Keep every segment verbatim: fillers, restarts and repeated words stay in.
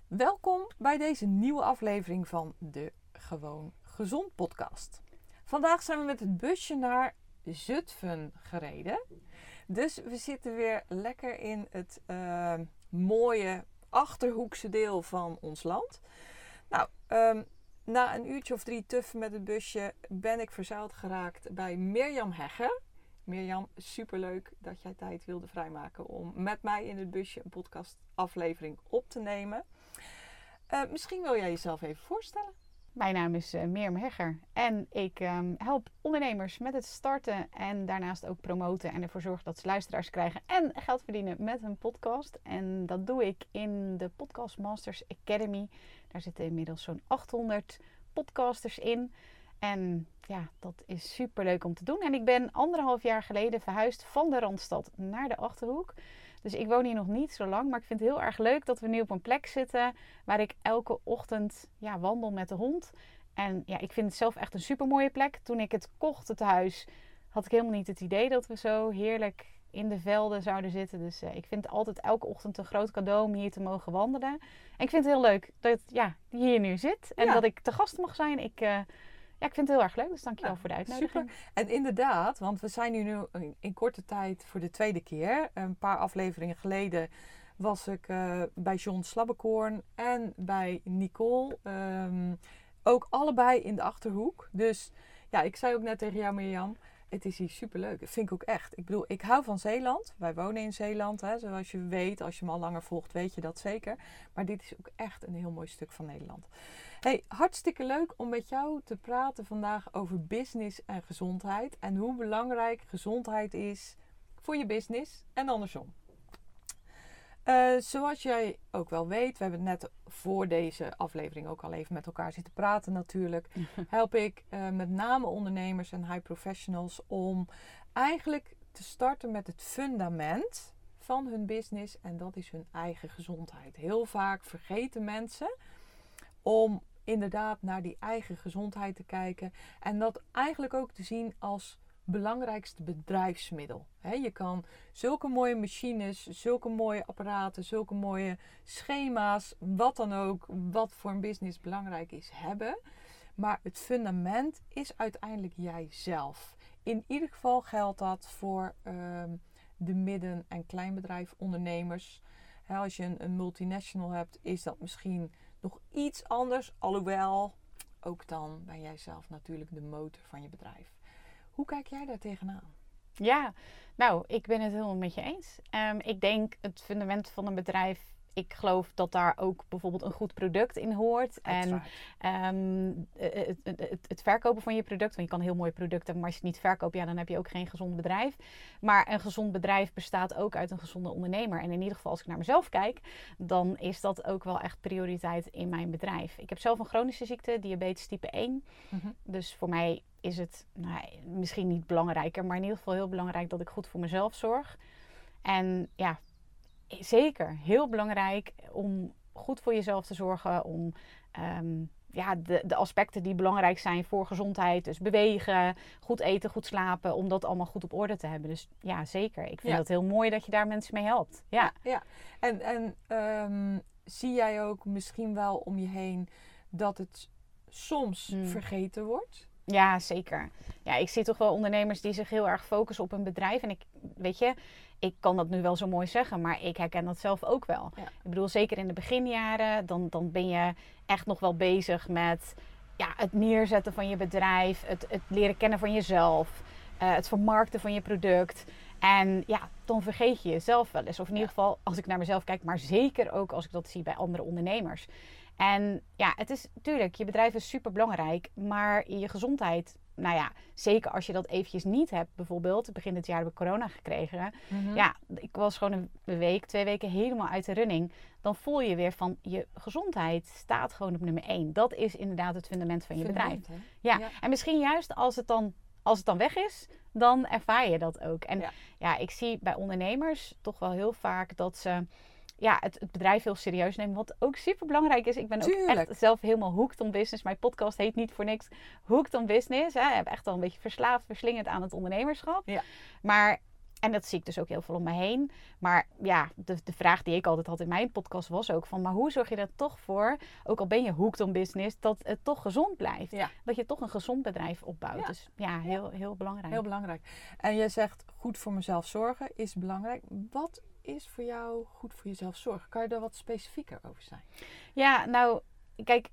Welkom bij deze nieuwe aflevering van de Gewoon Gezond podcast. Vandaag zijn we met het busje naar Zutphen gereden. Dus we zitten weer lekker in het uh, mooie Achterhoekse deel van ons land. Nou, um, na een uurtje of drie tuffen met het busje ben ik verzeild geraakt bij Mirjam Hegger. Mirjam, superleuk dat jij tijd wilde vrijmaken om met mij in het busje een podcastaflevering op te nemen. Uh, misschien wil jij jezelf even voorstellen. Mijn naam is uh, Mirjam Hegger en ik um, help ondernemers met het starten en daarnaast ook promoten en ervoor zorgen dat ze luisteraars krijgen en geld verdienen met een podcast. En dat doe ik in de Podcast Masters Academy. Daar zitten inmiddels zo'n achthonderd podcasters in. En ja, dat is super leuk om te doen. En ik ben anderhalf jaar geleden verhuisd van de Randstad naar de Achterhoek. Dus ik woon hier nog niet zo lang, maar ik vind het heel erg leuk dat we nu op een plek zitten waar ik elke ochtend ja, wandel met de hond. En ja, ik vind het zelf echt een super mooie plek. Toen ik het kocht, het huis, had ik helemaal niet het idee dat we zo heerlijk in de velden zouden zitten. Dus uh, ik vind het altijd elke ochtend een groot cadeau om hier te mogen wandelen. En ik vind het heel leuk dat ja, je hier nu zit en ja. dat ik te gast mag zijn. Ik... Uh, Ja, ik vind het heel erg leuk, dus dankjewel ja, voor de uitnodiging. Super. En inderdaad, want we zijn nu in, in korte tijd voor de tweede keer. Een paar afleveringen geleden was ik uh, bij John Slabbekoorn en bij Nicole. Um, ook allebei in de Achterhoek. Dus ja, ik zei ook net tegen jou, Mirjam, het is hier superleuk. Dat vind ik ook echt. Ik bedoel, ik hou van Zeeland. Wij wonen in Zeeland. Hè. Zoals je weet, als je me al langer volgt, weet je dat zeker. Maar dit is ook echt een heel mooi stuk van Nederland. Hey, hartstikke leuk om met jou te praten vandaag over business en gezondheid. En hoe belangrijk gezondheid is voor je business en andersom. Uh, zoals jij ook wel weet, we hebben net voor deze aflevering ook al even met elkaar zitten praten natuurlijk. Help ik uh, met name ondernemers en high professionals om eigenlijk te starten met het fundament van hun business. En dat is hun eigen gezondheid. Heel vaak vergeten mensen om inderdaad naar die eigen gezondheid te kijken. En dat eigenlijk ook te zien als belangrijkste bedrijfsmiddel. He, je kan zulke mooie machines, zulke mooie apparaten, zulke mooie schema's, wat dan ook, wat voor een business belangrijk is, hebben. Maar het fundament is uiteindelijk jijzelf. In ieder geval geldt dat voor um, de midden- en kleinbedrijfondernemers. He, als je een, een multinational hebt, is dat misschien nog iets anders. Alhoewel, ook dan ben jij zelf natuurlijk de motor van je bedrijf. Hoe kijk jij daar tegenaan? Ja, nou, ik ben het helemaal met je eens. Um, ik denk het fundament van een bedrijf, ik geloof dat daar ook bijvoorbeeld een goed product in hoort. That's en right. um, het, het, het verkopen van je product, want je kan een heel mooi product hebben, maar als je het niet verkoopt, ja, dan heb je ook geen gezond bedrijf. Maar een gezond bedrijf bestaat ook uit een gezonde ondernemer. En in ieder geval, als ik naar mezelf kijk, dan is dat ook wel echt prioriteit in mijn bedrijf. Ik heb zelf een chronische ziekte, diabetes type één. Mm-hmm. Dus voor mij is het nou, misschien niet belangrijker, maar in ieder geval heel belangrijk dat ik goed voor mezelf zorg. En ja, zeker heel belangrijk om goed voor jezelf te zorgen, om um, ja, de, de aspecten die belangrijk zijn voor gezondheid, dus bewegen, goed eten, goed slapen, om dat allemaal goed op orde te hebben. Dus ja, zeker. Ik vind ja. het heel mooi dat je daar mensen mee helpt. Ja, ja, ja. En, en um, zie jij ook misschien wel om je heen dat het soms hmm. vergeten wordt? Ja, zeker. Ja, ik zie toch wel ondernemers die zich heel erg focussen op een bedrijf. En ik, weet je, ik kan dat nu wel zo mooi zeggen, maar ik herken dat zelf ook wel. Ja. Ik bedoel, zeker in de beginjaren, dan, dan ben je echt nog wel bezig met ja, het neerzetten van je bedrijf, het, het leren kennen van jezelf, uh, het vermarkten van je product. En ja, dan vergeet je jezelf wel eens. Of in ieder geval, als ik naar mezelf kijk, maar zeker ook als ik dat zie bij andere ondernemers. En ja, het is natuurlijk, je bedrijf is super belangrijk, maar je gezondheid, nou ja, zeker als je dat eventjes niet hebt, bijvoorbeeld, begin dit jaar heb ik corona gekregen. Mm-hmm. Ja, ik was gewoon een week, twee weken helemaal uit de running. Dan voel je weer van, je gezondheid staat gewoon op nummer één. Dat is inderdaad het fundament van je fundament, bedrijf. Ja. ja, en misschien juist als het dan, als het dan weg is, dan ervaar je dat ook. En ja. ja, ik zie bij ondernemers toch wel heel vaak dat ze ja, het, het bedrijf heel serieus nemen. Wat ook super belangrijk is. Ik ben Tuurlijk. ook echt zelf helemaal hooked on business. Mijn podcast heet niet voor niks Hooked on Business. Hè. Ik heb echt al een beetje verslaafd, verslingerd aan het ondernemerschap. Ja. Maar En dat zie ik dus ook heel veel om me heen. Maar ja, de, de vraag die ik altijd had in mijn podcast was ook van... maar hoe zorg je er toch voor, ook al ben je hooked on business... dat het toch gezond blijft. Ja. Dat je toch een gezond bedrijf opbouwt. Ja. Dus ja, heel, heel belangrijk. Heel belangrijk. En jij zegt goed voor mezelf zorgen is belangrijk. Wat is voor jou goed voor jezelf zorgen? Kan je daar wat specifieker over zijn? Ja, nou, kijk...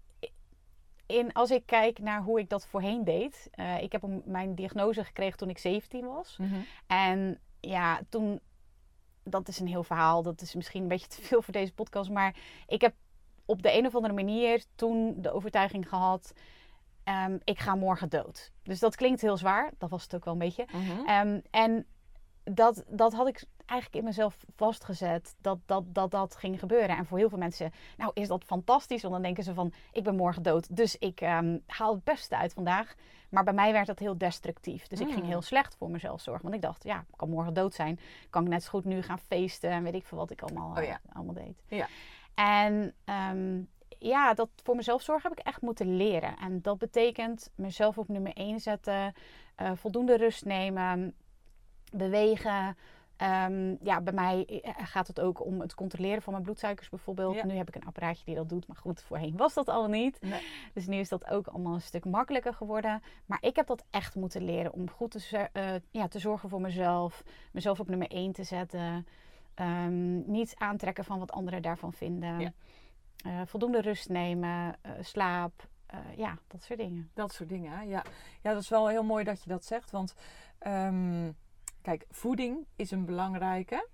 In, als ik kijk naar hoe ik dat voorheen deed... Uh, ik heb een, mijn diagnose gekregen toen ik zeventien was. Mm-hmm. En ja, toen... Dat is een heel verhaal. Dat is misschien een beetje te veel voor deze podcast. Maar ik heb op de een of andere manier toen de overtuiging gehad... Um, ik ga morgen dood. Dus dat klinkt heel zwaar. Dat was het ook wel een beetje. Mm-hmm. Um, en dat, dat had ik eigenlijk in mezelf vastgezet. Dat dat, dat dat ging gebeuren. En voor heel veel mensen, nou is dat fantastisch. Want dan denken ze van, ik ben morgen dood. Dus ik um, haal het beste uit vandaag. Maar bij mij werd dat heel destructief. Dus mm. ik ging heel slecht voor mezelf zorgen. Want ik dacht, ja, ik kan morgen dood zijn. Kan ik net zo goed nu gaan feesten. En weet ik veel wat ik allemaal, oh, ja. uh, allemaal deed. Ja. En um, ja, dat voor mezelf zorgen heb ik echt moeten leren. En dat betekent mezelf op nummer één zetten. Uh, voldoende rust nemen. Bewegen. Um, ja, bij mij gaat het ook om het controleren van mijn bloedsuikers bijvoorbeeld. Ja. Nu heb ik een apparaatje die dat doet, maar goed, voorheen was dat al niet. Nee. Dus nu is dat ook allemaal een stuk makkelijker geworden. Maar ik heb dat echt moeten leren om goed te, uh, ja, te zorgen voor mezelf. Mezelf op nummer één te zetten. Um, niet aantrekken van wat anderen daarvan vinden. Ja. Uh, voldoende rust nemen, uh, slaap. Uh, ja, dat soort dingen. Dat soort dingen, hè? Ja. Ja, dat is wel heel mooi dat je dat zegt, want... Um... Kijk, voeding is een belangrijke.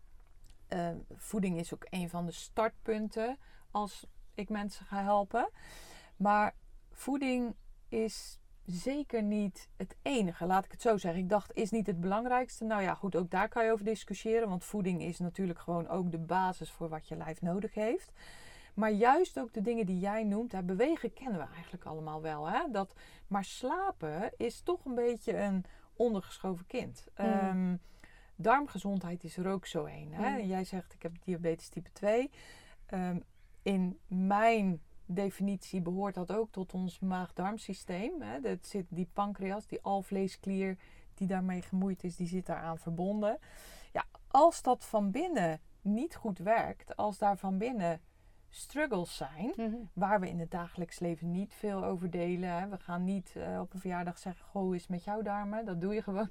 Uh, voeding is ook een van de startpunten als ik mensen ga helpen. Maar voeding is zeker niet het enige, laat ik het zo zeggen. Ik dacht, is niet het belangrijkste. Nou ja, goed, ook daar kan je over discussiëren. Want voeding is natuurlijk gewoon ook de basis voor wat je lijf nodig heeft. Maar juist ook de dingen die jij noemt, hè, bewegen kennen we eigenlijk allemaal wel. Hè? Dat, maar slapen is toch een beetje een... ondergeschoven kind. Mm. Um, darmgezondheid is er ook zo een. Hè? Mm. Jij zegt, ik heb diabetes type twee. Um, in mijn definitie behoort dat ook tot ons maag-darmsysteem. Hè? Dat zit die pancreas, die alvleesklier die daarmee gemoeid is, die zit daaraan verbonden. Ja, als dat van binnen niet goed werkt, als daar van binnen struggles zijn, mm-hmm. waar we in het dagelijks leven niet veel over delen. Hè. We gaan niet uh, op een verjaardag zeggen, goh, hoe is het met jouw darmen? Dat doe je gewoon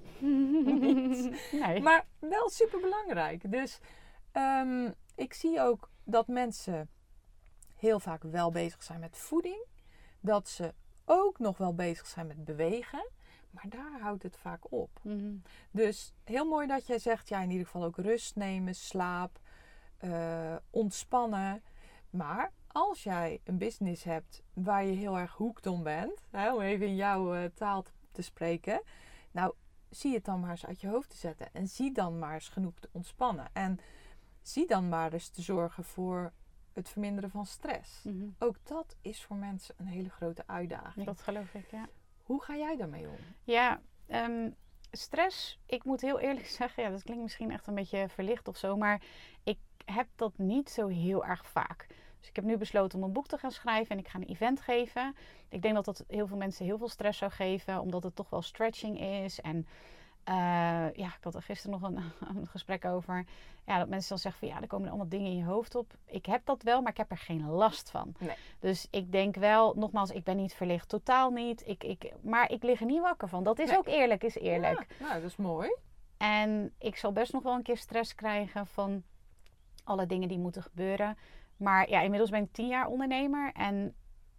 niet. Nee. Maar wel super belangrijk. Dus um, ik zie ook dat mensen heel vaak wel bezig zijn met voeding. Dat ze ook nog wel bezig zijn met bewegen. Maar daar houdt het vaak op. Mm-hmm. Dus heel mooi dat jij zegt, ja, in ieder geval ook rust nemen, slaap, uh, ontspannen. Maar als jij een business hebt waar je heel erg hooked on bent, hè, om even in jouw uh, taal te spreken, nou, zie het dan maar eens uit je hoofd te zetten. En zie dan maar eens genoeg te ontspannen. En zie dan maar eens te zorgen voor het verminderen van stress. Mm-hmm. Ook dat is voor mensen een hele grote uitdaging. Dat geloof ik, ja. Hoe ga jij daarmee om? Ja, um, stress, ik moet heel eerlijk zeggen, ja, dat klinkt misschien echt een beetje verlicht of zo, maar ik heb dat niet zo heel erg vaak. Dus ik heb nu besloten om een boek te gaan schrijven en ik ga een event geven. Ik denk dat dat heel veel mensen heel veel stress zou geven, omdat het toch wel stretching is. En uh, ja, ik had er gisteren nog een, een gesprek over. Ja, dat mensen dan zeggen van ja, er komen allemaal dingen in je hoofd op. Ik heb dat wel, maar ik heb er geen last van. Nee. Dus ik denk wel, nogmaals, ik ben niet verlicht, totaal niet. Ik, ik, maar ik lig er niet wakker van. Dat is nee. ook eerlijk, is eerlijk. Ja, nou, dat is mooi. En ik zal best nog wel een keer stress krijgen van alle dingen die moeten gebeuren. Maar ja, inmiddels ben ik tien jaar ondernemer. En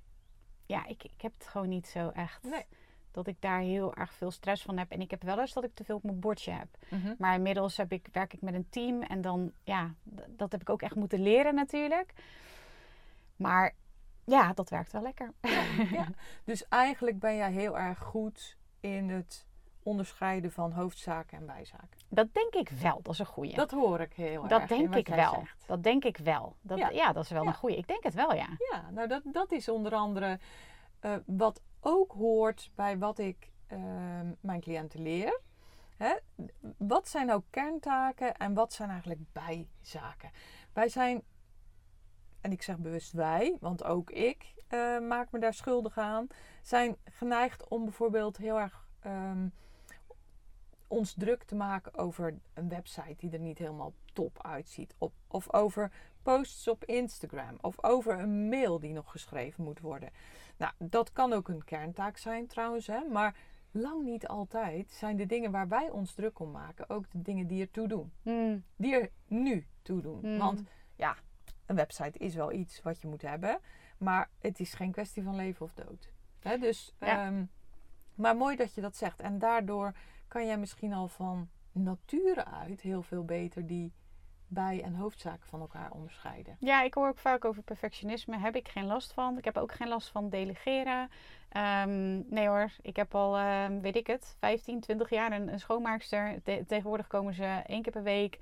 ja, ik, ik heb het gewoon niet zo echt. Nee. Dat ik daar heel erg veel stress van heb. En ik heb wel eens dat ik te veel op mijn bordje heb. Mm-hmm. Maar inmiddels heb ik, werk ik met een team. En dan, ja, d- dat heb ik ook echt moeten leren natuurlijk. Maar ja, dat werkt wel lekker. Ja. Dus eigenlijk ben jij heel erg goed in het onderscheiden van hoofdzaken en bijzaken. Dat denk ik wel. Dat is een goeie. Dat hoor ik heel dat erg. Dat denk ik wel. Zegt. Dat denk ik wel. Dat, ja. ja, dat is wel ja. een goeie. Ik denk het wel, ja. Ja, nou dat, dat is onder andere uh, wat ook hoort bij wat ik uh, mijn cliënten leer. Hè? Wat zijn nou kerntaken en wat zijn eigenlijk bijzaken? Wij zijn, en ik zeg bewust wij, want ook ik uh, maak me daar schuldig aan, zijn geneigd om bijvoorbeeld heel erg um, ons druk te maken over een website die er niet helemaal top uitziet. Of, of over posts op Instagram. Of over een mail die nog geschreven moet worden. Nou, dat kan ook een kerntaak zijn trouwens. Hè? Maar lang niet altijd zijn de dingen waar wij ons druk om maken ook de dingen die ertoe doen. Mm. Die er nu toe doen. Mm. Want ja, een website is wel iets wat je moet hebben. Maar het is geen kwestie van leven of dood. Hè? Dus, ja. um, maar mooi dat je dat zegt. En daardoor kan jij misschien al van nature uit heel veel beter die bij- en hoofdzaken van elkaar onderscheiden. Ja, ik hoor ook vaak over perfectionisme. Heb ik geen last van. Ik heb ook geen last van delegeren. Um, nee hoor, ik heb al, uh, weet ik het, vijftien, twintig jaar een, een schoonmaakster. Te- tegenwoordig komen ze één keer per week.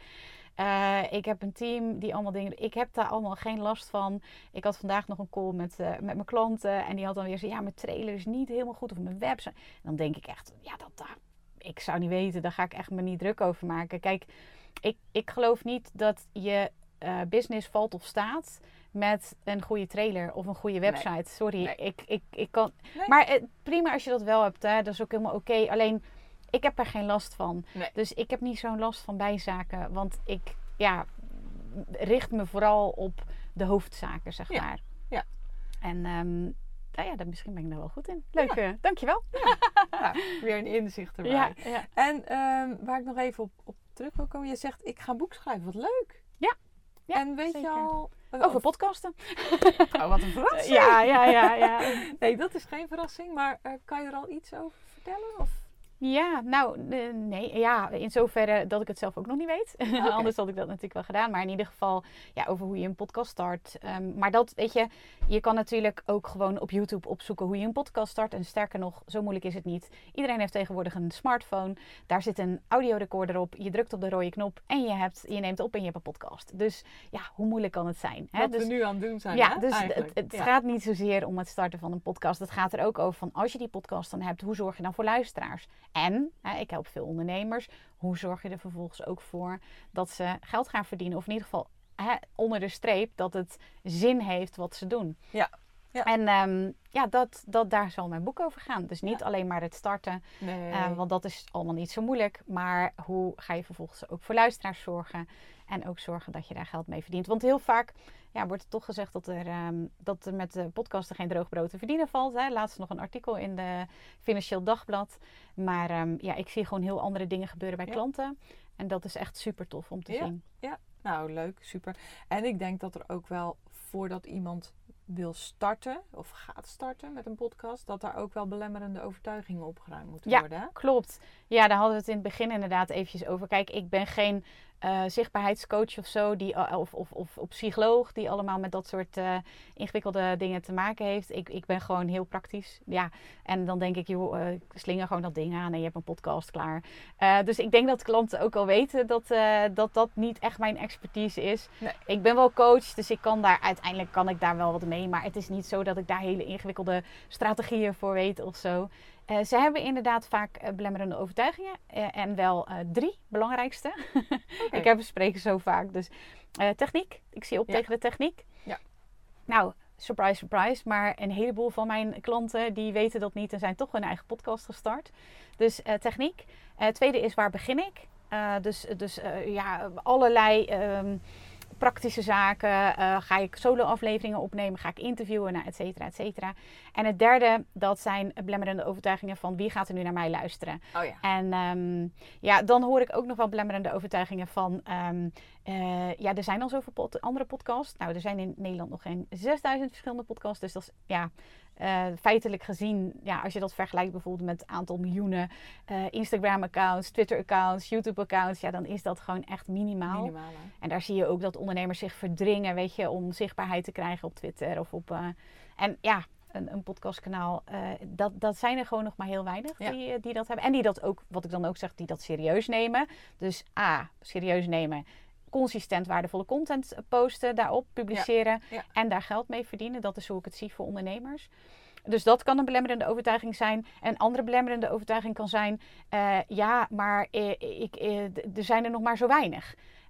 Uh, ik heb een team die allemaal dingen... Ik heb daar allemaal geen last van. Ik had vandaag nog een call met, uh, met mijn klanten. En die had dan weer zo... Ja, mijn trailer is niet helemaal goed. Of mijn website. En dan denk ik echt... Ja, dat, dat, ik zou niet weten. Daar ga ik echt me niet druk over maken. Kijk, ik, ik geloof niet dat je uh, business valt of staat... met een goede trailer of een goede website. Nee. Sorry, nee. Ik, ik, ik kan... Nee. Maar uh, prima als je dat wel hebt. Hè. Dat is ook helemaal oké. Okay. Alleen... Ik heb er geen last van. Nee. Dus ik heb niet zo'n last van bijzaken. Want ik ja, richt me vooral op de hoofdzaken, zeg ja. maar. Ja. En um, nou ja, daar, misschien ben ik er wel goed in. Leuk, ja. uh, dankjewel. Ja. Ja, weer een inzicht erbij. Ja, ja. En um, waar ik nog even op, op terug wil komen. Je zegt, ik ga een boek schrijven. Wat leuk. Ja. Ja, en weet zeker. je al... Over podcasten. Oh, wat een verrassing. Ja, ja, ja, ja. Nee, dat is geen verrassing. Maar uh, kan je er al iets over vertellen? Of... Ja, nou, uh, nee. Ja, in zoverre dat ik het zelf ook nog niet weet. Okay. Anders had ik dat natuurlijk wel gedaan. Maar in ieder geval, ja, over hoe je een podcast start. Um, maar dat, weet je, je kan natuurlijk ook gewoon op YouTube opzoeken hoe je een podcast start. En sterker nog, zo moeilijk is het niet. Iedereen heeft tegenwoordig een smartphone. Daar zit een audiorecorder op. Je drukt op de rode knop en je, hebt, je neemt op en je hebt een podcast. Dus ja, hoe moeilijk kan het zijn? Hè? Wat dus, we nu aan het doen zijn, ja, hè? Dus het, het ja. gaat niet zozeer om het starten van een podcast. Het gaat er ook over van, als je die podcast dan hebt, hoe zorg je dan voor luisteraars? En, hè, ik help veel ondernemers, hoe zorg je er vervolgens ook voor dat ze geld gaan verdienen? Of in ieder geval hè, onder de streep dat het zin heeft wat ze doen. Ja. Ja. En um, ja, dat, dat, daar zal mijn boek over gaan. Dus niet ja. alleen maar het starten, nee. uh, want dat is allemaal niet zo moeilijk. Maar hoe ga je vervolgens ook voor luisteraars zorgen en ook zorgen dat je daar geld mee verdient. Want heel vaak ja, wordt er toch gezegd dat er, um, dat er met de podcasten geen droog brood te verdienen valt. Hè. Laatst nog een artikel in de Financieel Dagblad. Maar um, ja, ik zie gewoon heel andere dingen gebeuren bij ja. klanten. En dat is echt super tof om te ja. zien. Ja, nou leuk, super. En ik denk dat er ook wel, voordat iemand wil starten of gaat starten met een podcast, dat daar ook wel belemmerende overtuigingen opgeruimd moeten ja, worden. Hè? Klopt. Ja, daar hadden we het in het begin inderdaad eventjes over. Kijk, ik ben geen uh, zichtbaarheidscoach of zo, die, uh, of, of, of, of psycholoog, die allemaal met dat soort uh, ingewikkelde dingen te maken heeft. Ik, ik ben gewoon heel praktisch. Ja, en dan denk ik, joh, uh, slinger gewoon dat ding aan en je hebt een podcast klaar. Uh, dus ik denk dat klanten ook al weten dat, uh, dat dat niet echt mijn expertise is. Nee. Ik ben wel coach, dus ik kan daar uiteindelijk kan ik daar wel wat mee. Maar het is niet zo dat ik daar hele ingewikkelde strategieën voor weet of zo. Uh, ze hebben inderdaad vaak uh, belemmerende overtuigingen. Uh, en wel uh, drie belangrijkste. Okay. Ik heb het spreken zo vaak. Dus uh, techniek. Ik zie op ja. tegen de techniek. Ja. Nou, surprise, surprise. Maar een heleboel van mijn klanten die weten dat niet en zijn toch hun eigen podcast gestart. Dus uh, techniek. Uh, tweede is, waar begin ik? Uh, dus dus uh, ja, allerlei... Um, praktische zaken, uh, ga ik solo-afleveringen opnemen, ga ik interviewen, nou, et cetera, et cetera. En het derde, dat zijn belemmerende overtuigingen van wie gaat er nu naar mij luisteren. Oh ja. En um, ja, dan hoor ik ook nog wel belemmerende overtuigingen van, um, uh, ja, er zijn al zoveel pod- andere podcasts. Nou, er zijn in Nederland nog geen zesduizend verschillende podcasts, dus dat is, ja... Uh, feitelijk gezien, ja, als je dat vergelijkt bijvoorbeeld met het aantal miljoenen uh, Instagram-accounts, Twitter-accounts, YouTube-accounts, ja, dan is dat gewoon echt minimaal. Minimaal, hè? En daar zie je ook dat ondernemers zich verdringen, weet je, om zichtbaarheid te krijgen op Twitter of op... Uh, en ja, een, een podcastkanaal, uh, dat, dat zijn er gewoon nog maar heel weinig ja. die, die dat hebben. En die dat ook, wat ik dan ook zeg, die dat serieus nemen. Dus A, serieus nemen. Consistent waardevolle content posten, daarop publiceren ja, ja. en daar geld mee verdienen. Dat is hoe ik het zie voor ondernemers. Dus dat kan een belemmerende overtuiging zijn. Een andere belemmerende overtuiging kan zijn, uh, ja, maar uh, ik, uh, d- er zijn er nog maar zo weinig.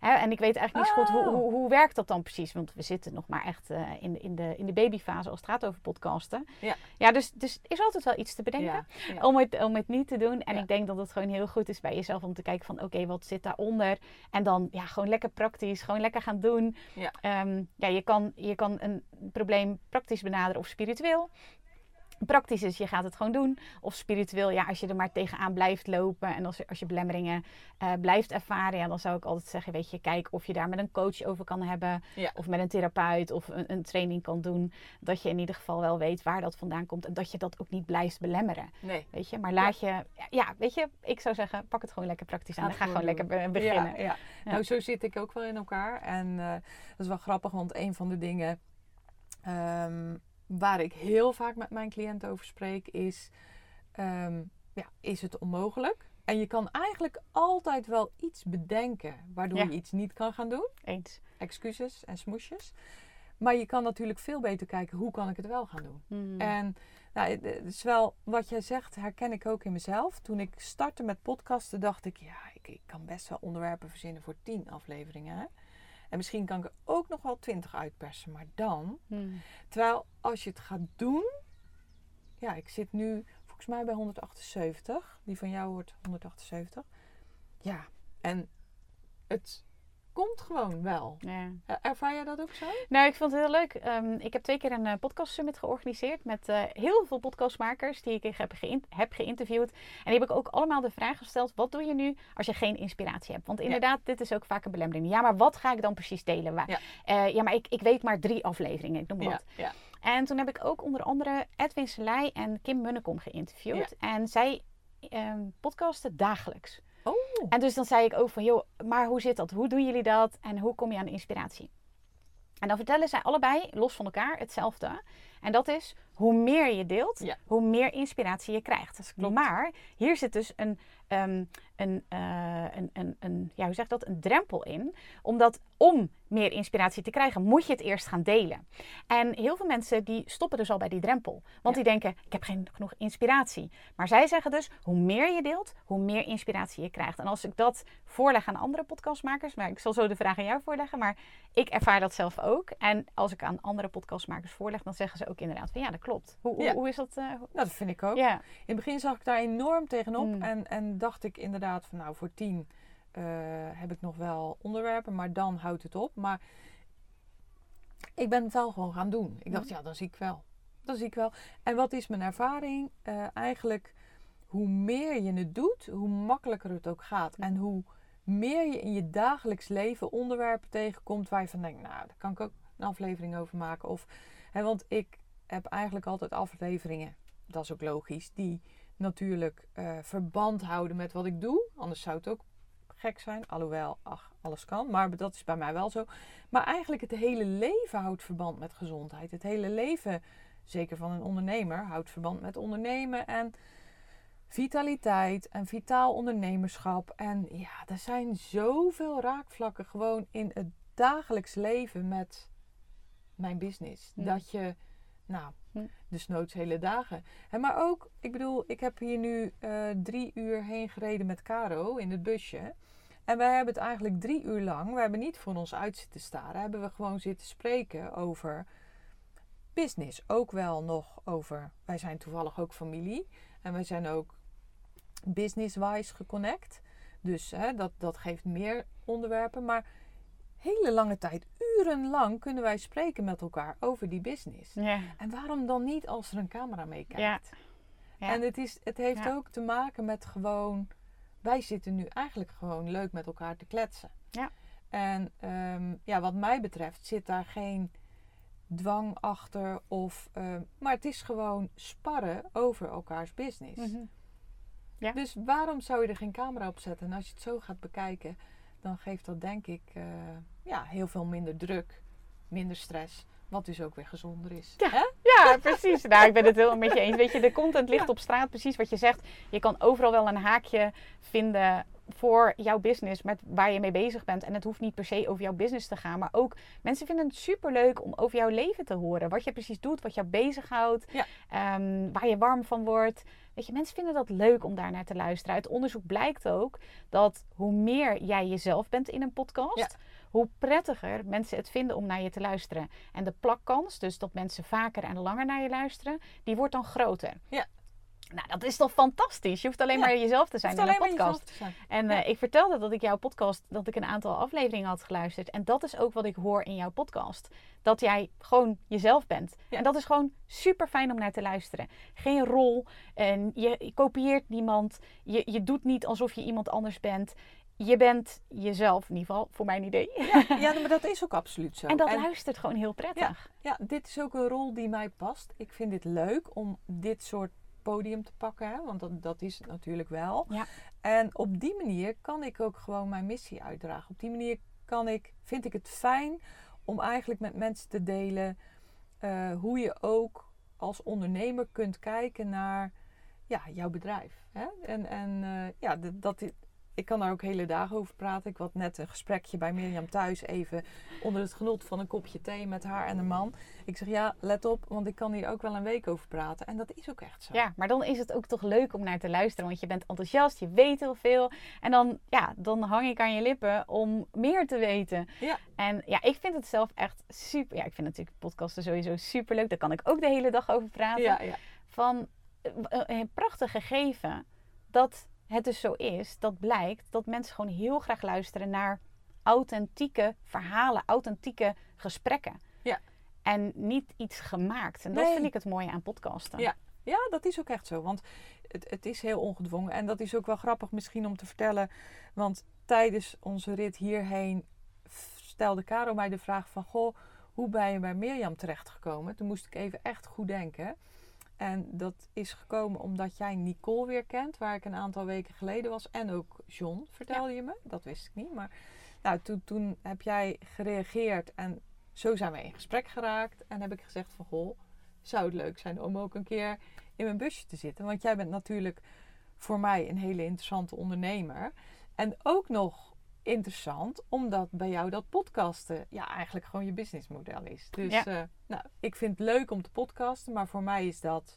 Hè, en ik weet eigenlijk niet zo goed, Oh. hoe, hoe, hoe werkt dat dan precies? Want we zitten nog maar echt uh, in, in, de, in de babyfase als het gaat over podcasten. Ja, ja dus, dus er is altijd wel iets te bedenken ja, ja. Om, het, om het niet te doen. En Ja. ik denk dat het gewoon heel goed is bij jezelf om te kijken van, oké, okay, wat zit daaronder? En dan ja, gewoon lekker praktisch, gewoon lekker gaan doen. Ja. Um, ja, je kan, je kan een probleem praktisch benaderen of spiritueel. Praktisch is, je gaat het gewoon doen. Of spiritueel, ja, als je er maar tegenaan blijft lopen. En als, als je belemmeringen uh, blijft ervaren. Ja, dan zou ik altijd zeggen, weet je, kijk of je daar met een coach over kan hebben. Ja. Of met een therapeut of een, een training kan doen. Dat je in ieder geval wel weet waar dat vandaan komt. En dat je dat ook niet blijft belemmeren. Nee. Weet je, maar laat ja. je... Ja, weet je, ik zou zeggen, pak het gewoon lekker praktisch aan. En ga gewoon lekker be- beginnen. Ja, ja. Ja. Nou, zo zit ik ook wel in elkaar. En uh, dat is wel grappig, want een van de dingen... Um, waar ik heel vaak met mijn cliënten over spreek is, um, ja, is het onmogelijk? En je kan eigenlijk altijd wel iets bedenken waardoor ja. je iets niet kan gaan doen. Eens. Excuses en smoesjes. Maar je kan natuurlijk veel beter kijken, hoe kan ik het wel gaan doen? Hmm. En nou, het is wel, wat jij zegt, herken ik ook in mezelf. Toen ik startte met podcasten, dacht ik, ja, ik, ik kan best wel onderwerpen verzinnen voor tien afleveringen, hè? En misschien kan ik er ook nog wel twintig uitpersen, maar dan... Hmm. Terwijl als je het gaat doen... Ja, ik zit nu volgens mij bij honderdachtenzeventig. Die van jou wordt honderdachtenzeventig. Ja, en het komt gewoon wel. Ja. Ervaar jij dat ook zo? Nou, ik vond het heel leuk. Um, ik heb twee keer een uh, podcast summit georganiseerd met uh, heel veel podcastmakers die ik heb, geïn- heb geïnterviewd. En die heb ik ook allemaal de vraag gesteld, wat doe je nu als je geen inspiratie hebt? Want inderdaad, ja. dit is ook vaak een belemmering. Ja, maar wat ga ik dan precies delen? Waar, ja. Uh, ja, maar ik, ik weet maar drie afleveringen, ik noem maar wat. Ja. Ja. En toen heb ik ook onder andere Edwin Selei en Kim Munnekom geïnterviewd. Ja. En zij um, podcasten dagelijks. Oh. En dus dan zei ik ook van, joh, maar hoe zit dat? Hoe doen jullie dat? En hoe kom je aan inspiratie? En dan vertellen zij allebei, los van elkaar, hetzelfde. En dat is, hoe meer je deelt, ja. hoe meer inspiratie je krijgt. Dus, maar hier zit dus een, um, een, uh, een, een, een, ja, hoe zeg dat? Een drempel in. Omdat om meer inspiratie te krijgen, moet je het eerst gaan delen. En heel veel mensen die stoppen dus al bij die drempel. Want ja. die denken, ik heb geen genoeg inspiratie. Maar zij zeggen dus, hoe meer je deelt, hoe meer inspiratie je krijgt. En als ik dat voorleg aan andere podcastmakers, maar ik zal zo de vraag aan jou voorleggen, maar ik ervaar dat zelf ook. En als ik aan andere podcastmakers voorleg, dan zeggen ze ook inderdaad van ja, dat klopt. Hoe, hoe, ja. hoe is dat? Uh, hoe... Nou, dat vind ik ook. Ja. In het begin zag ik daar enorm tegenop mm. en, en dacht ik inderdaad van nou, voor tien uh, heb ik nog wel onderwerpen, maar dan houdt het op. Maar ik ben het wel gewoon gaan doen. Ik dacht, mm. ja, dan zie ik wel. Dan zie ik wel. En wat is mijn ervaring? Uh, eigenlijk, hoe meer je het doet, hoe makkelijker het ook gaat. Mm. En hoe meer je in je dagelijks leven onderwerpen tegenkomt waar je van denkt, nou, daar kan ik ook een aflevering over maken. Of, hè, want ik heb eigenlijk altijd afleveringen, dat is ook logisch, die natuurlijk uh, verband houden met wat ik doe. Anders zou het ook gek zijn. Alhoewel, ach, alles kan. Maar dat is bij mij wel zo. Maar eigenlijk het hele leven houdt verband met gezondheid. Het hele leven, zeker van een ondernemer, houdt verband met ondernemen en vitaliteit en vitaal ondernemerschap. En ja, er zijn zoveel raakvlakken gewoon in het dagelijks leven met mijn business. Hm. Dat je, nou, hm. desnoods hele dagen. En maar ook, ik bedoel, ik heb hier nu uh, drie uur heen gereden met Caro in het busje. En wij hebben het eigenlijk drie uur lang, we hebben niet voor ons uit zitten staren, hebben we gewoon zitten spreken over business. Ook wel nog over, wij zijn toevallig ook familie. En wij zijn ook business-wise geconnect. Dus hè, dat, dat geeft meer onderwerpen. Maar hele lange tijd, urenlang kunnen wij spreken met elkaar over die business. Ja. En waarom dan niet als er een camera meekijkt? Ja. Ja. En het, is, het heeft ja. ook te maken met gewoon, wij zitten nu eigenlijk gewoon leuk met elkaar te kletsen. Ja. En um, ja, wat mij betreft zit daar geen dwang achter. Of, um, maar het is gewoon sparren over elkaars business. Mm-hmm. Ja. Dus waarom zou je er geen camera op zetten? En als je het zo gaat bekijken, dan geeft dat denk ik uh, ja, heel veel minder druk, minder stress. Wat dus ook weer gezonder is. Ja, Hè? ja precies. Nou, ik ben het helemaal met je eens. Weet je, de content ligt ja. op straat, precies wat je zegt. Je kan overal wel een haakje vinden voor jouw business, met waar je mee bezig bent. En het hoeft niet per se over jouw business te gaan. Maar ook, mensen vinden het superleuk om over jouw leven te horen. Wat je precies doet, wat jou bezighoudt. Ja. Um, waar je warm van wordt. Weet je, mensen vinden dat leuk om daar naar te luisteren. Uit onderzoek blijkt ook dat hoe meer jij jezelf bent in een podcast... Ja. hoe prettiger mensen het vinden om naar je te luisteren. En de plakkans, dus dat mensen vaker en langer naar je luisteren, die wordt dan groter. Ja. Nou, dat is toch fantastisch? Je hoeft alleen ja. maar jezelf te zijn in een podcast. En uh, ja. ik vertelde dat ik jouw podcast, dat ik een aantal afleveringen had geluisterd. En dat is ook wat ik hoor in jouw podcast. Dat jij gewoon jezelf bent. Ja. En dat is gewoon super fijn om naar te luisteren. Geen rol. En je, je kopieert niemand. Je, je doet niet alsof je iemand anders bent. Je bent jezelf, in ieder geval, voor mijn idee. Ja, ja, maar dat is ook absoluut zo. En dat en, luistert gewoon heel prettig. Ja, ja, dit is ook een rol die mij past. Ik vind het leuk om dit soort podium te pakken, hè? Want dat, dat is het natuurlijk wel. Ja. En op die manier kan ik ook gewoon mijn missie uitdragen. Op die manier kan ik, vind ik het fijn om eigenlijk met mensen te delen uh, hoe je ook als ondernemer kunt kijken naar ja, jouw bedrijf. Hè? En, en uh, ja, dat, ik kan daar ook hele dagen over praten. Ik had net een gesprekje bij Mirjam thuis even onder het genot van een kopje thee met haar en een man. Ik zeg ja, let op, want ik kan hier ook wel een week over praten. En dat is ook echt zo. Ja, maar dan is het ook toch leuk om naar te luisteren. Want je bent enthousiast, je weet heel veel. En dan, ja, dan hang ik aan je lippen om meer te weten. Ja. En ja, ik vind het zelf echt super. Ja, ik vind natuurlijk podcasten sowieso super leuk. Daar kan ik ook de hele dag over praten. Ja, ja. Van een prachtig gegeven dat het dus zo is, dat blijkt dat mensen gewoon heel graag luisteren naar authentieke verhalen, authentieke gesprekken. Ja. En niet iets gemaakt. En dat nee. vind ik het mooie aan podcasten. Ja, ja, dat is ook echt zo. Want het, het is heel ongedwongen. En dat is ook wel grappig misschien om te vertellen. Want tijdens onze rit hierheen stelde Caro mij de vraag van... Goh, hoe ben je bij Mirjam terechtgekomen? Toen moest ik even echt goed denken. En dat is gekomen omdat jij Nicole weer kent, waar ik een aantal weken geleden was. En ook John, vertelde ja. je me. Dat wist ik niet. Maar nou, toen, toen heb jij gereageerd en zo zijn we in gesprek geraakt. En heb ik gezegd van, goh, zou het leuk zijn om ook een keer in mijn busje te zitten. Want jij bent natuurlijk voor mij een hele interessante ondernemer. En ook nog interessant, omdat bij jou dat podcasten ja eigenlijk gewoon je businessmodel is. Dus ja. uh, nou, ik vind het leuk om te podcasten, maar voor mij is dat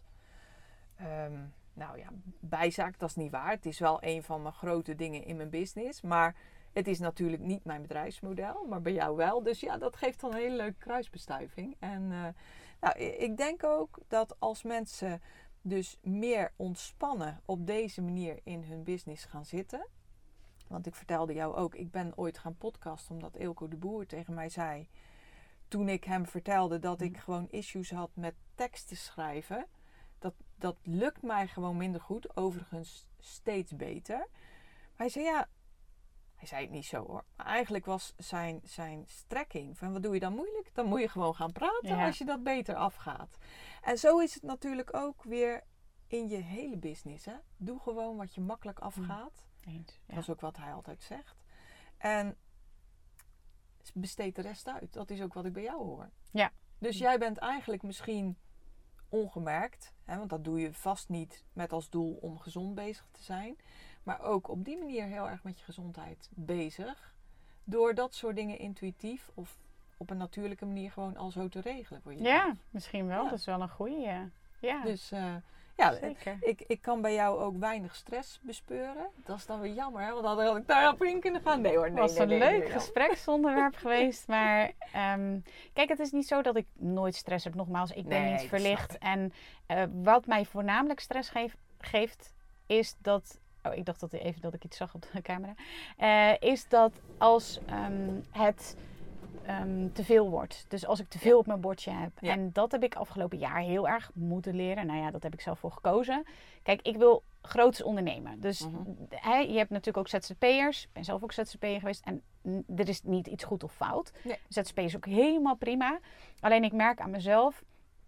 um, nou ja, bijzaak, dat is niet waar. Het is wel een van mijn grote dingen in mijn business, maar het is natuurlijk niet mijn bedrijfsmodel, maar bij jou wel. Dus ja, dat geeft dan een hele leuke kruisbestuiving. En uh, nou, ik denk ook dat als mensen dus meer ontspannen op deze manier in hun business gaan zitten. Want ik vertelde jou ook, ik ben ooit gaan podcasten omdat Eelco de Boer tegen mij zei, toen ik hem vertelde dat ik gewoon issues had met teksten schrijven. Dat, dat lukt mij gewoon minder goed, overigens steeds beter. Maar hij zei ja, hij zei het niet zo hoor. Maar eigenlijk was zijn, zijn strekking van wat doe je dan moeilijk? Dan moet je gewoon gaan praten ja. als je dat beter afgaat. En zo is het natuurlijk ook weer in je hele business. Hè? Doe gewoon wat je makkelijk afgaat. Eens, ja. Dat is ook wat hij altijd zegt. En besteed de rest uit. Dat is ook wat ik bij jou hoor. Ja. Dus jij bent eigenlijk misschien ongemerkt, hè, want dat doe je vast niet met als doel om gezond bezig te zijn, maar ook op die manier heel erg met je gezondheid bezig. Door dat soort dingen intuïtief of op een natuurlijke manier gewoon al zo te regelen voor je. Ja, misschien wel. Ja. Dat is wel een goeie. Ja. Dus uh, ja, ik, ik kan bij jou ook weinig stress bespeuren. Dat is dan weer jammer, hè? Want dan had ik daar op in kunnen gaan. Nee hoor, nee. Het was nee, een nee, leuk nee, gespreksonderwerp geweest. Maar um, kijk, het is niet zo dat ik nooit stress heb. Nogmaals, ik ben nee, niet verlicht. En uh, wat mij voornamelijk stress geef, geeft, is dat... Oh, ik dacht dat even dat ik iets zag op de camera. Uh, is dat als um, het... Um, te veel wordt. Dus als ik te veel op mijn bordje heb. Ja. En dat heb ik afgelopen jaar heel erg moeten leren. Nou ja, dat heb ik zelf voor gekozen. Kijk, ik wil groots ondernemen. Dus mm-hmm. he, je hebt natuurlijk ook Z Z P'ers. Ik ben zelf ook Z Z P'er geweest. En n- er is niet iets goed of fout. Nee. Z Z P is ook helemaal prima. Alleen ik merk aan mezelf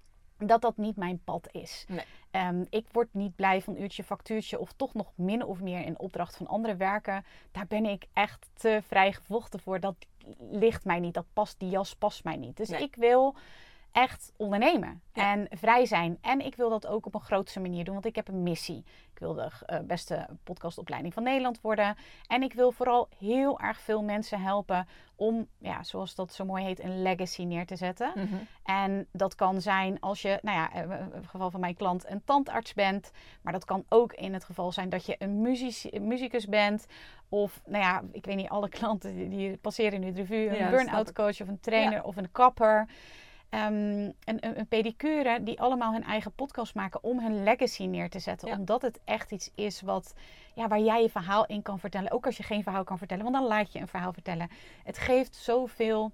dat dat niet mijn pad is. Nee. Um, ik word niet blij van uurtje, factuurtje of toch nog min of meer in opdracht van anderen werken. Daar ben ik echt te vrij gevochten voor. Dat ligt mij niet. Dat past, die jas past mij niet. Dus nee. ik wil echt ondernemen Ja. en vrij zijn. En ik wil dat ook op een grootste manier doen, want ik heb een missie. Ik wil de uh, beste podcastopleiding van Nederland worden. En ik wil vooral heel erg veel mensen helpen om, ja, zoals dat zo mooi heet, een legacy neer te zetten. Mm-hmm. En dat kan zijn als je, nou ja, in het geval van mijn klant, een tandarts bent. Maar dat kan ook in het geval zijn dat je een muzici- muzikus bent. Of, nou ja, ik weet niet, alle klanten die, die passeren nu de revue. Een Ja, burn-out coach of een trainer Ja. of een kapper. Um, een, een, een pedicure die allemaal hun eigen podcast maken om hun legacy neer te zetten. Ja. Omdat het echt iets is wat, ja, waar jij je verhaal in kan vertellen. Ook als je geen verhaal kan vertellen, want dan laat je een verhaal vertellen. Het geeft zoveel,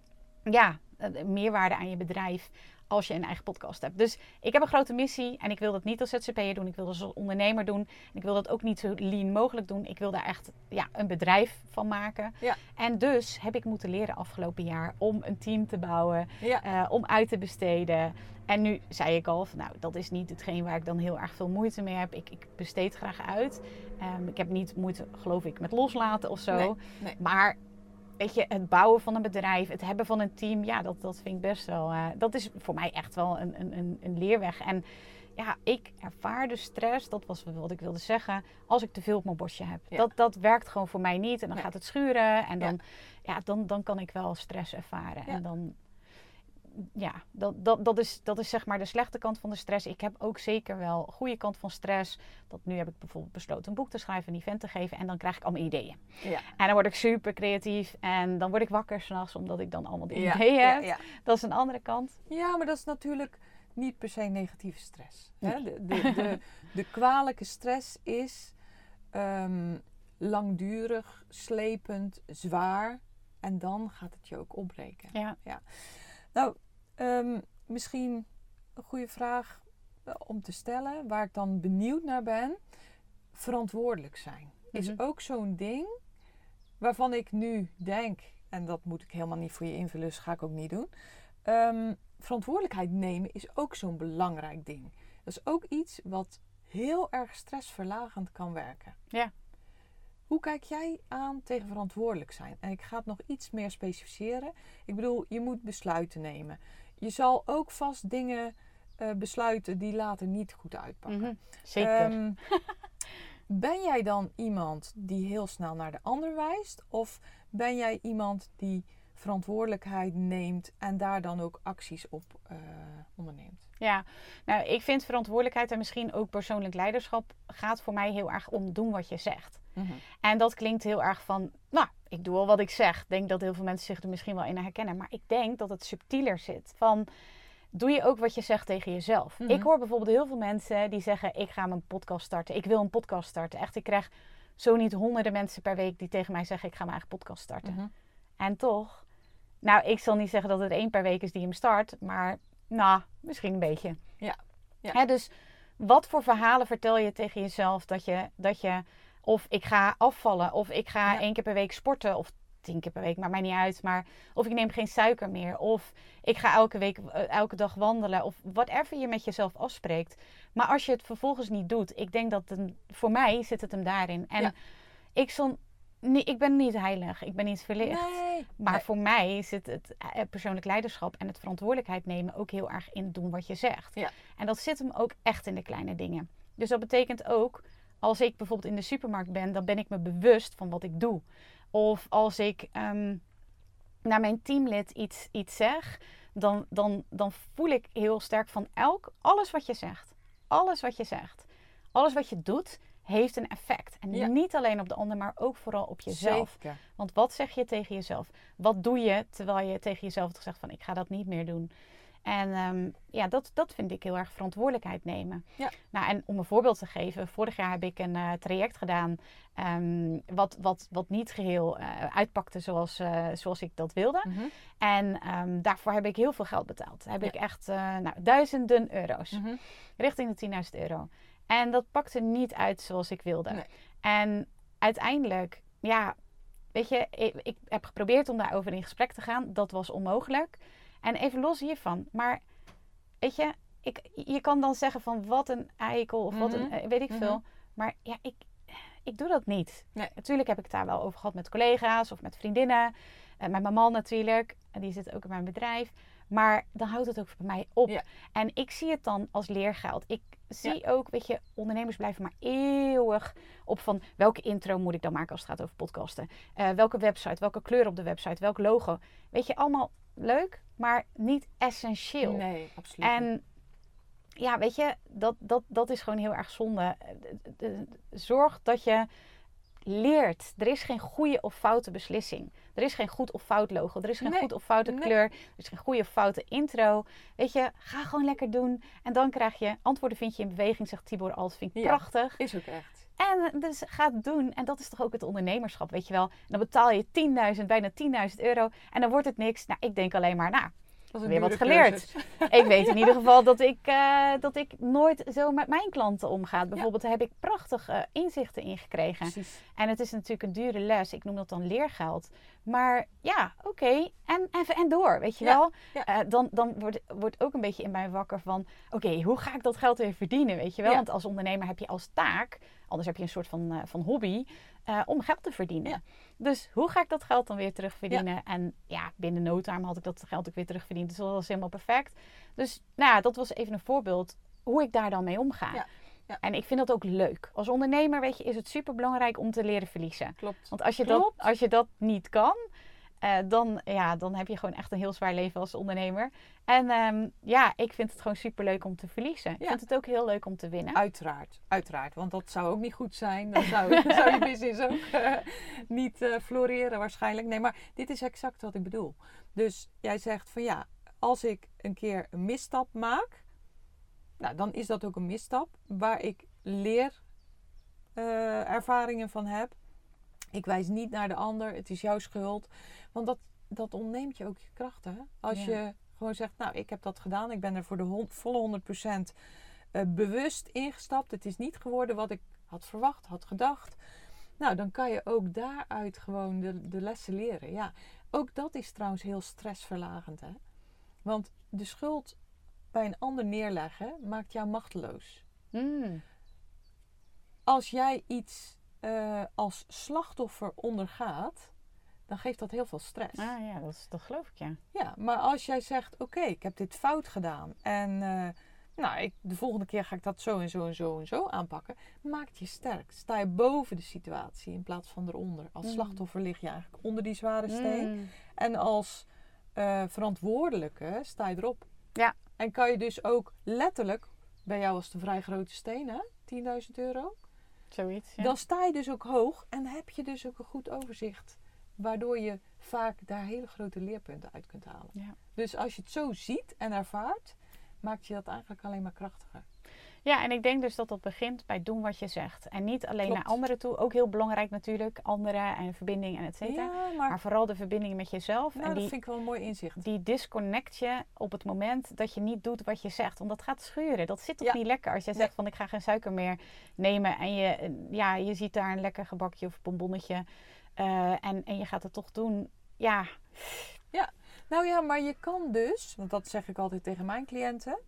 ja, meerwaarde aan je bedrijf als je een eigen podcast hebt. Dus ik heb een grote missie en ik wil dat niet als Z Z P'er doen. Ik wil dat als ondernemer doen. En ik wil dat ook niet zo lean mogelijk doen. Ik wil daar echt, ja, een bedrijf van maken. Ja. En dus heb ik moeten leren afgelopen jaar om een team te bouwen. Ja. Uh, om uit te besteden. En nu zei ik al, van, nou, dat is niet hetgeen waar ik dan heel erg veel moeite mee heb. Ik, ik besteed graag uit. Um, ik heb niet moeite, geloof ik, met loslaten of zo. Nee, nee. Maar weet je, het bouwen van een bedrijf, het hebben van een team, ja, dat, dat vind ik best wel, uh, dat is voor mij echt wel een, een, een leerweg. En ja, ik ervaar de stress, dat was wat ik wilde zeggen, als ik te veel op mijn bordje heb. Ja. Dat, dat werkt gewoon voor mij niet en dan Nee. gaat het schuren en dan, Ja. ja, dan, dan kan ik wel stress ervaren. Ja. En dan, ja, dat, dat, dat, is, dat is zeg maar de slechte kant van de stress. Ik heb ook zeker wel een goede kant van stress. Dat nu heb ik bijvoorbeeld besloten een boek te schrijven, een event te geven. En dan krijg ik allemaal ideeën. Ja. En dan word ik super creatief. En dan word ik wakker 's nachts, omdat ik dan allemaal die Ja. ideeën Ja, heb. ja. Dat is een andere kant. Ja, maar dat is natuurlijk niet per se negatieve stress. Nee. Hè? De, de, de, de kwalijke stress is um, langdurig, slepend, zwaar. En dan gaat het je ook opbreken. Ja. Ja. Nou, um, misschien een goede vraag om te stellen, waar ik dan benieuwd naar ben. Verantwoordelijk zijn is Mhm. ook zo'n ding waarvan ik nu denk, en dat moet ik helemaal niet voor je invullen, dus ga ik ook niet doen. Um, verantwoordelijkheid nemen is ook zo'n belangrijk ding. Dat is ook iets wat heel erg stressverlagend kan werken. Ja. Hoe kijk jij aan tegen verantwoordelijk zijn? En ik ga het nog iets meer specificeren. Ik bedoel, je moet besluiten nemen. Je zal ook vast dingen uh, besluiten die later niet goed uitpakken. Mm-hmm. Zeker. Um, ben jij dan iemand die heel snel naar de ander wijst? Of ben jij iemand die verantwoordelijkheid neemt en daar dan ook acties op uh, onderneemt? Ja, nou, ik vind verantwoordelijkheid en misschien ook persoonlijk leiderschap gaat voor mij heel erg om doen wat je zegt. Mm-hmm. En dat klinkt heel erg van, nou, ik doe al wat ik zeg. Ik denk dat heel veel mensen zich er misschien wel in herkennen. Maar ik denk dat het subtieler zit. Van, doe je ook wat je zegt tegen jezelf? Mm-hmm. Ik hoor bijvoorbeeld heel veel mensen die zeggen, ik ga mijn podcast starten. Ik wil een podcast starten. Echt, ik krijg zo niet honderden mensen per week die tegen mij zeggen, ik ga mijn eigen podcast starten. Mm-hmm. En toch, nou, ik zal niet zeggen dat het één per week is die hem start. Maar, nou, misschien een beetje. Ja. Ja. Hè, dus wat voor verhalen vertel je tegen jezelf dat je... Dat je of ik ga afvallen, of ik ga ja. één keer per week sporten, of tien keer per week, maakt mij niet uit. Maar of ik neem geen suiker meer, of ik ga elke week, uh, elke dag wandelen, of whatever je met jezelf afspreekt. Maar als je het vervolgens niet doet, ik denk dat een, voor mij zit het hem daarin. En ja. ik, zal, nee, ik ben niet heilig, ik ben niet verlicht. Nee. Maar nee. voor mij zit het uh, persoonlijk leiderschap en het verantwoordelijkheid nemen ook heel erg in doen wat je zegt. Ja. En dat zit hem ook echt in de kleine dingen. Dus dat betekent ook, als ik bijvoorbeeld in de supermarkt ben, dan ben ik me bewust van wat ik doe. Of als ik um, naar mijn teamlid iets, iets zeg, dan, dan, dan voel ik heel sterk van elk, alles wat je zegt. Alles wat je zegt. Alles wat je doet, heeft een effect. En ja. niet alleen op de ander, maar ook vooral op jezelf. Zeker. Want wat zeg je tegen jezelf? Wat doe je terwijl je tegen jezelf hebt gezegd van, ik ga dat niet meer doen? En um, ja, dat, dat vind ik heel erg verantwoordelijkheid nemen. Ja. Nou, en om een voorbeeld te geven. Vorig jaar heb ik een uh, traject gedaan. Um, wat, wat, wat niet geheel uh, uitpakte zoals, uh, zoals ik dat wilde. Mm-hmm. En um, daarvoor heb ik heel veel geld betaald. Heb ja. ik echt uh, nou, duizenden euro's. Mm-hmm. Richting de tienduizend euro. En dat pakte niet uit zoals ik wilde. Nee. En uiteindelijk, ja, weet je, ik, ik heb geprobeerd om daarover in gesprek te gaan. Dat was onmogelijk. En even los hiervan. Maar weet je, ik, je kan dan zeggen van wat een eikel of wat mm-hmm. een, weet ik veel. Mm-hmm. Maar ja, ik, ik doe dat niet. Nee. Natuurlijk heb ik het daar wel over gehad met collega's of met vriendinnen. Uh, met mijn man natuurlijk. En die zit ook in mijn bedrijf. Maar dan houdt het ook bij mij op. Ja. En ik zie het dan als leergeld. Ik zie Ja. ook, weet je, ondernemers blijven maar eeuwig op van welke intro moet ik dan maken als het gaat over podcasten. Uh, welke website, welke kleur op de website, welk logo. Weet je, allemaal leuk, maar niet essentieel. Nee, absoluut En niet. ja, weet je, dat, dat, dat is gewoon heel erg zonde. Zorg dat je leert. Er is geen goede of foute beslissing. Er is geen goed of fout logo. Er is geen Nee, goed of foute nee. kleur. Er is geen goede of foute intro. Weet je, ga gewoon lekker doen. En dan krijg je antwoorden vind je in beweging, zegt Tibor altijd. Vind ik Ja, prachtig. Is ook echt. En dus ga het doen. En dat is toch ook het ondernemerschap, weet je wel. En dan betaal je tienduizend, bijna tienduizend euro. En dan wordt het niks. Nou, ik denk alleen maar, nou, weer wat geleerd. Ik weet in ieder geval dat ik, uh, dat ik nooit zo met mijn klanten omga. Bijvoorbeeld ja. Daar heb ik prachtige uh, inzichten in gekregen. Precies. En het is natuurlijk een dure les. Ik noem dat dan leergeld. Maar ja, oké. Okay. En, en, en door, weet je ja. wel. Ja. Uh, dan dan wordt, wordt ook een beetje in mij wakker van... Oké, okay, hoe ga ik dat geld weer verdienen, weet je wel? Ja. Want als ondernemer heb je als taak... Anders heb je een soort van, uh, van hobby... Uh, om geld te verdienen. Ja. Dus hoe ga ik dat geld dan weer terugverdienen? Ja. En ja, binnen no time had ik dat geld ook weer terugverdiend. Dus dat was helemaal perfect. Dus nou ja, dat was even een voorbeeld hoe ik daar dan mee omga. Ja. Ja. En ik vind dat ook leuk. Als ondernemer, weet je, is het super belangrijk om te leren verliezen. Klopt. Want als je, Klopt. Dat, als je dat niet kan... Uh, dan, ja, dan heb je gewoon echt een heel zwaar leven als ondernemer. En um, ja, ik vind het gewoon superleuk om te verliezen. Ik ja. vind het ook heel leuk om te winnen. Uiteraard, uiteraard. Want dat zou ook niet goed zijn. Dan zou, dan zou je business ook uh, niet uh, floreren waarschijnlijk. Nee, maar dit is exact wat ik bedoel. Dus jij zegt van ja, als ik een keer een misstap maak... Nou, dan is dat ook een misstap waar ik leer uh, ervaringen van heb. Ik wijs niet naar de ander, het is jouw schuld. Want dat, dat ontneemt je ook je krachten. Als ja. je gewoon zegt, nou, ik heb dat gedaan. Ik ben er voor de hond, volle honderd procent uh, bewust ingestapt. Het is niet geworden wat ik had verwacht, had gedacht. Nou, dan kan je ook daaruit gewoon de, de lessen leren. Ja, ook dat is trouwens heel stressverlagend. Hè? Want de schuld bij een ander neerleggen maakt jou machteloos. Mm. Als jij iets... Uh, als slachtoffer ondergaat, dan geeft dat heel veel stress. Ah ja, dat, dat geloof ik, ja. Ja, maar als jij zegt, oké, okay, ik heb dit fout gedaan en uh, nou, ik, de volgende keer ga ik dat zo en zo en zo en zo aanpakken, maakt je sterk. Sta je boven de situatie in plaats van eronder. Als mm. slachtoffer lig je eigenlijk onder die zware steen. Mm. En als uh, verantwoordelijke sta je erop. Ja. En kan je dus ook letterlijk, bij jou was het een vrij grote steen, hè? tienduizend euro. Zoiets, ja. Dan sta je dus ook hoog en heb je dus ook een goed overzicht. Waardoor je vaak daar hele grote leerpunten uit kunt halen. Ja. Dus als je het zo ziet en ervaart, maakt je dat eigenlijk alleen maar krachtiger. Ja, en ik denk dus dat dat begint bij doen wat je zegt. En niet alleen Klopt. naar anderen toe. Ook heel belangrijk natuurlijk. Anderen en verbinding en et cetera. Ja, maar... maar vooral de verbinding met jezelf. Nou, en die, dat vind ik wel een mooi inzicht. Die disconnect je op het moment dat je niet doet wat je zegt. Want dat gaat schuren. Dat zit toch ja. niet lekker. Als jij zegt nee. van ik ga geen suiker meer nemen. En je, ja, je ziet daar een lekker gebakje of bonbonnetje. Uh, en, en je gaat het toch doen. Ja. Ja, nou ja, maar je kan dus. Want dat zeg ik altijd tegen mijn cliënten.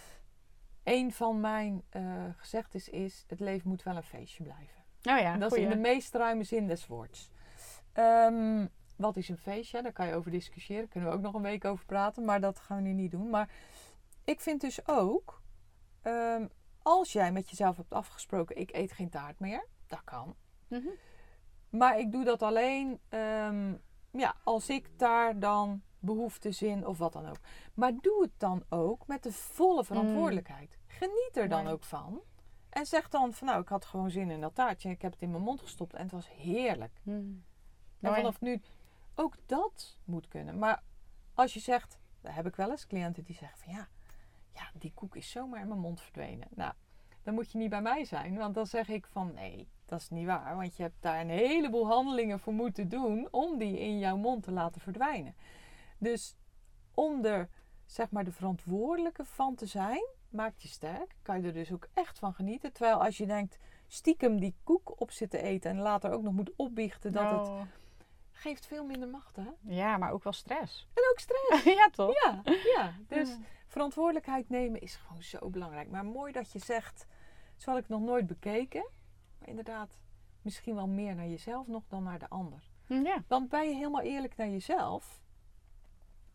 Een van mijn uh, gezegdes is, het leven moet wel een feestje blijven. Oh ja, en dat goeie. is in de meest ruime zin des woords. Um, wat is een feestje? Daar kan je over discussiëren. Daar kunnen we ook nog een week over praten. Maar dat gaan we nu niet doen. Maar ik vind dus ook, um, als jij met jezelf hebt afgesproken, ik eet geen taart meer. Dat kan. Mm-hmm. Maar ik doe dat alleen um, ja, als ik daar dan behoefte, zin of wat dan ook. Maar doe het dan ook met de volle verantwoordelijkheid. Mm. Geniet er dan nee. ook van. En zeg dan van nou, ik had gewoon zin in dat taartje. Ik heb het in mijn mond gestopt en het was heerlijk. Mm. En vanaf nu, ook dat moet kunnen. Maar als je zegt, daar heb ik wel eens cliënten die zeggen van ja, ja, die koek is zomaar in mijn mond verdwenen. Nou, dan moet je niet bij mij zijn. Want dan zeg ik van nee, dat is niet waar. Want je hebt daar een heleboel handelingen voor moeten doen om die in jouw mond te laten verdwijnen. Dus om er zeg maar de verantwoordelijke van te zijn, maakt je sterk. Kan je er dus ook echt van genieten. Terwijl als je denkt, stiekem die koek op zitten eten en later ook nog moet opbiechten, dat oh. het geeft veel minder macht, hè? Ja, maar ook wel stress. En ook stress. Ja, toch? Ja, ja. Dus mm. verantwoordelijkheid nemen is gewoon zo belangrijk. Maar mooi dat je zegt, zo had ik nog nooit bekeken. Maar inderdaad, misschien wel meer naar jezelf nog dan naar de ander. Ja. Want ben je helemaal eerlijk naar jezelf,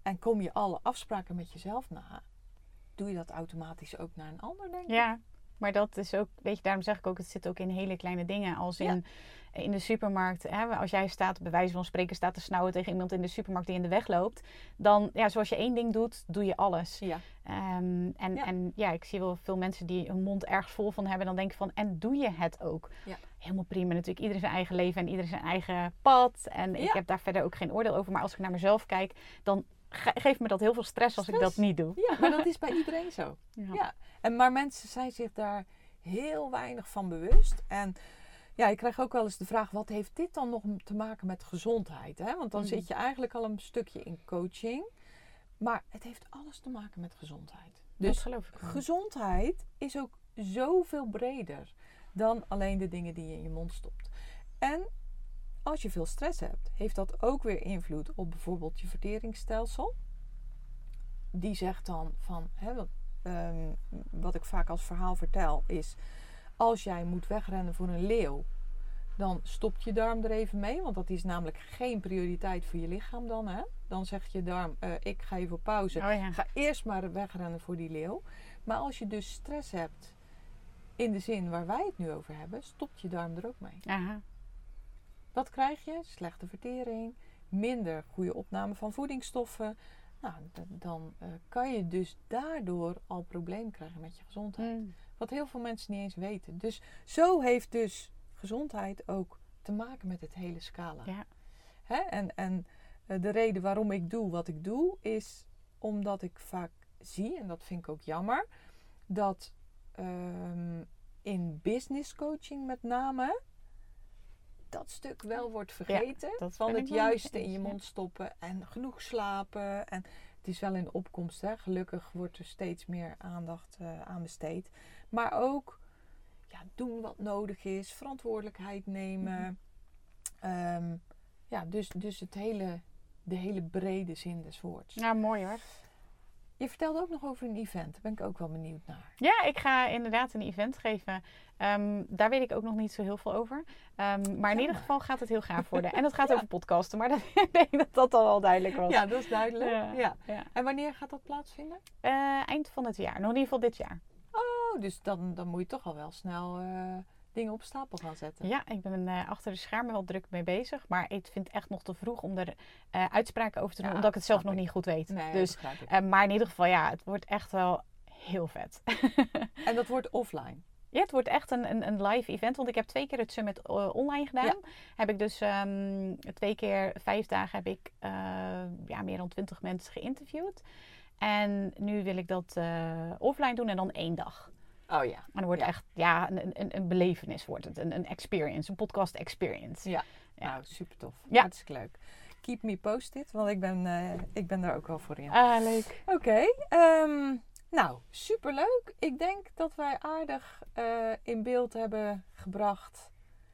en kom je alle afspraken met jezelf na, doe je dat automatisch ook naar een ander, denk ik. Ja, maar dat is ook, weet je, daarom zeg ik ook, het zit ook in hele kleine dingen. Als in, ja. in de supermarkt, hè, als jij staat, bij wijze van spreken, staat te snauwen tegen iemand in de supermarkt die in de weg loopt. Dan, ja, zoals je één ding doet, doe je alles. Ja. Um, en, ja. en ja, ik zie wel veel mensen die hun mond ergens vol van hebben. Dan denk ik van, en doe je het ook? Ja. Helemaal prima. Natuurlijk, iedereen zijn eigen leven en iedereen zijn eigen pad. En ik ja. heb daar verder ook geen oordeel over. Maar als ik naar mezelf kijk, dan ge- geeft me dat heel veel stress als stress. ik dat niet doe. Ja, maar dat is bij iedereen zo. Ja. Ja. En, maar mensen zijn zich daar heel weinig van bewust. En ja, ik krijg ook wel eens de vraag, wat heeft dit dan nog te maken met gezondheid? Hè? Want dan mm. zit je eigenlijk al een stukje in coaching. Maar het heeft alles te maken met gezondheid. Dus dat geloof ik wel. Gezondheid is ook zoveel breder dan alleen de dingen die je in je mond stopt. En als je veel stress hebt, heeft dat ook weer invloed op bijvoorbeeld je verteringsstelsel. Die zegt dan van, hè, wat, um, wat ik vaak als verhaal vertel, is als jij moet wegrennen voor een leeuw, dan stopt je darm er even mee. Want dat is namelijk geen prioriteit voor je lichaam dan. Hè? Dan zegt je darm, uh, ik ga even op pauze. Oh ja. Ga eerst maar wegrennen voor die leeuw. Maar als je dus stress hebt, in de zin waar wij het nu over hebben, stopt je darm er ook mee. Aha. Wat krijg je? Slechte vertering, minder goede opname van voedingsstoffen. Nou, d- dan uh, kan je dus daardoor al problemen krijgen met je gezondheid. Mm. Wat heel veel mensen niet eens weten. Dus zo heeft dus gezondheid ook te maken met het hele scala. Ja. Hè? En, en uh, de reden waarom ik doe wat ik doe, is omdat ik vaak zie, en dat vind ik ook jammer, dat um, in business coaching met name dat stuk wel wordt vergeten. Ja, van het juiste in je mond stoppen en genoeg slapen. En het is wel in opkomst, hè. Gelukkig wordt er steeds meer aandacht uh, aan besteed. Maar ook ja, doen wat nodig is, verantwoordelijkheid nemen. Mm-hmm. Um, ja, dus, dus het hele, de hele brede zin des woords. Ja, mooi hoor. Je vertelde ook nog over een event. Daar ben ik ook wel benieuwd naar. Ja, ik ga inderdaad een event geven. Um, daar weet ik ook nog niet zo heel veel over. Um, maar in ieder geval gaat het heel gaaf worden. En het gaat ja. over podcasten. Maar dat, ik denk dat dat al wel duidelijk was. Ja, dat is duidelijk. Ja. Ja. Ja. En wanneer gaat dat plaatsvinden? Uh, eind van het jaar. Nog in ieder geval dit jaar. Oh, dus dan, dan moet je toch al wel snel uh, dingen op stapel gaan zetten. Ja, ik ben uh, achter de schermen wel druk mee bezig. Maar ik vind het echt nog te vroeg om er uh, uitspraken over te doen. Ja, omdat ik het zelf nog ik. niet goed weet. Nee, dus, uh, maar in ieder geval, ja, het wordt echt wel heel vet. En dat wordt offline? Ja, het wordt echt een, een, een live event. Want ik heb twee keer het summit uh, online gedaan. Ja. Heb ik dus um, twee keer vijf dagen heb ik uh, ja, meer dan twintig mensen geïnterviewd. En nu wil ik dat uh, offline doen en dan één dag. Oh ja. En dan wordt ja. echt ja, een, een, een belevenis wordt het. Een, een experience, een podcast experience. Ja, ja. Nou super tof. Ja. Hartstikke leuk. Keep me posted, want ik ben, uh, ik ben daar ook wel voor in. Ah, leuk. Oké, okay, um, nou superleuk. Ik denk dat wij aardig uh, in beeld hebben gebracht.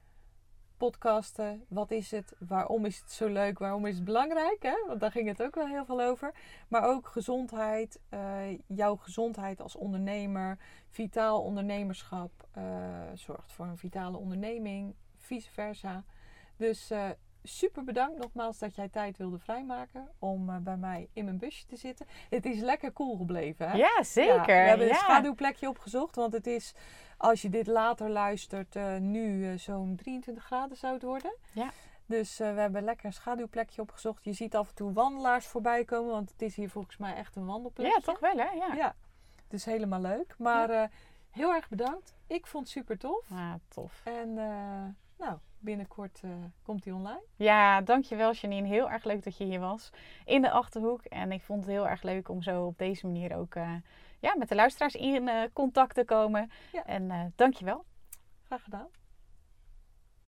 Podcasten, wat is het? Waarom is het zo leuk? Waarom is het belangrijk? Hè? Want daar ging het ook wel heel veel over. Maar ook gezondheid, uh, jouw gezondheid als ondernemer, vitaal ondernemerschap uh, zorgt voor een vitale onderneming, vice versa. Dus uh, super bedankt nogmaals dat jij tijd wilde vrijmaken om uh, bij mij in mijn busje te zitten. Het is lekker cool gebleven, hè? Ja, zeker. Ja, we hebben ja. een schaduwplekje opgezocht, want het is, als je dit later luistert, uh, nu uh, zo'n drieëntwintig graden zou het worden. Ja. Dus uh, we hebben lekker een schaduwplekje opgezocht. Je ziet af en toe wandelaars voorbij komen, want het is hier volgens mij echt een wandelplekje. Ja, toch wel, hè? Ja. Ja. Dus helemaal leuk. Maar ja. uh, heel erg bedankt. Ik vond het super tof. Ah, tof. En uh, nou, binnenkort uh, komt die online. Ja, dankjewel Janine. Heel erg leuk dat je hier was in de Achterhoek. En ik vond het heel erg leuk om zo op deze manier ook uh, ja, met de luisteraars in uh, contact te komen. Ja. En uh, dankjewel. Graag gedaan.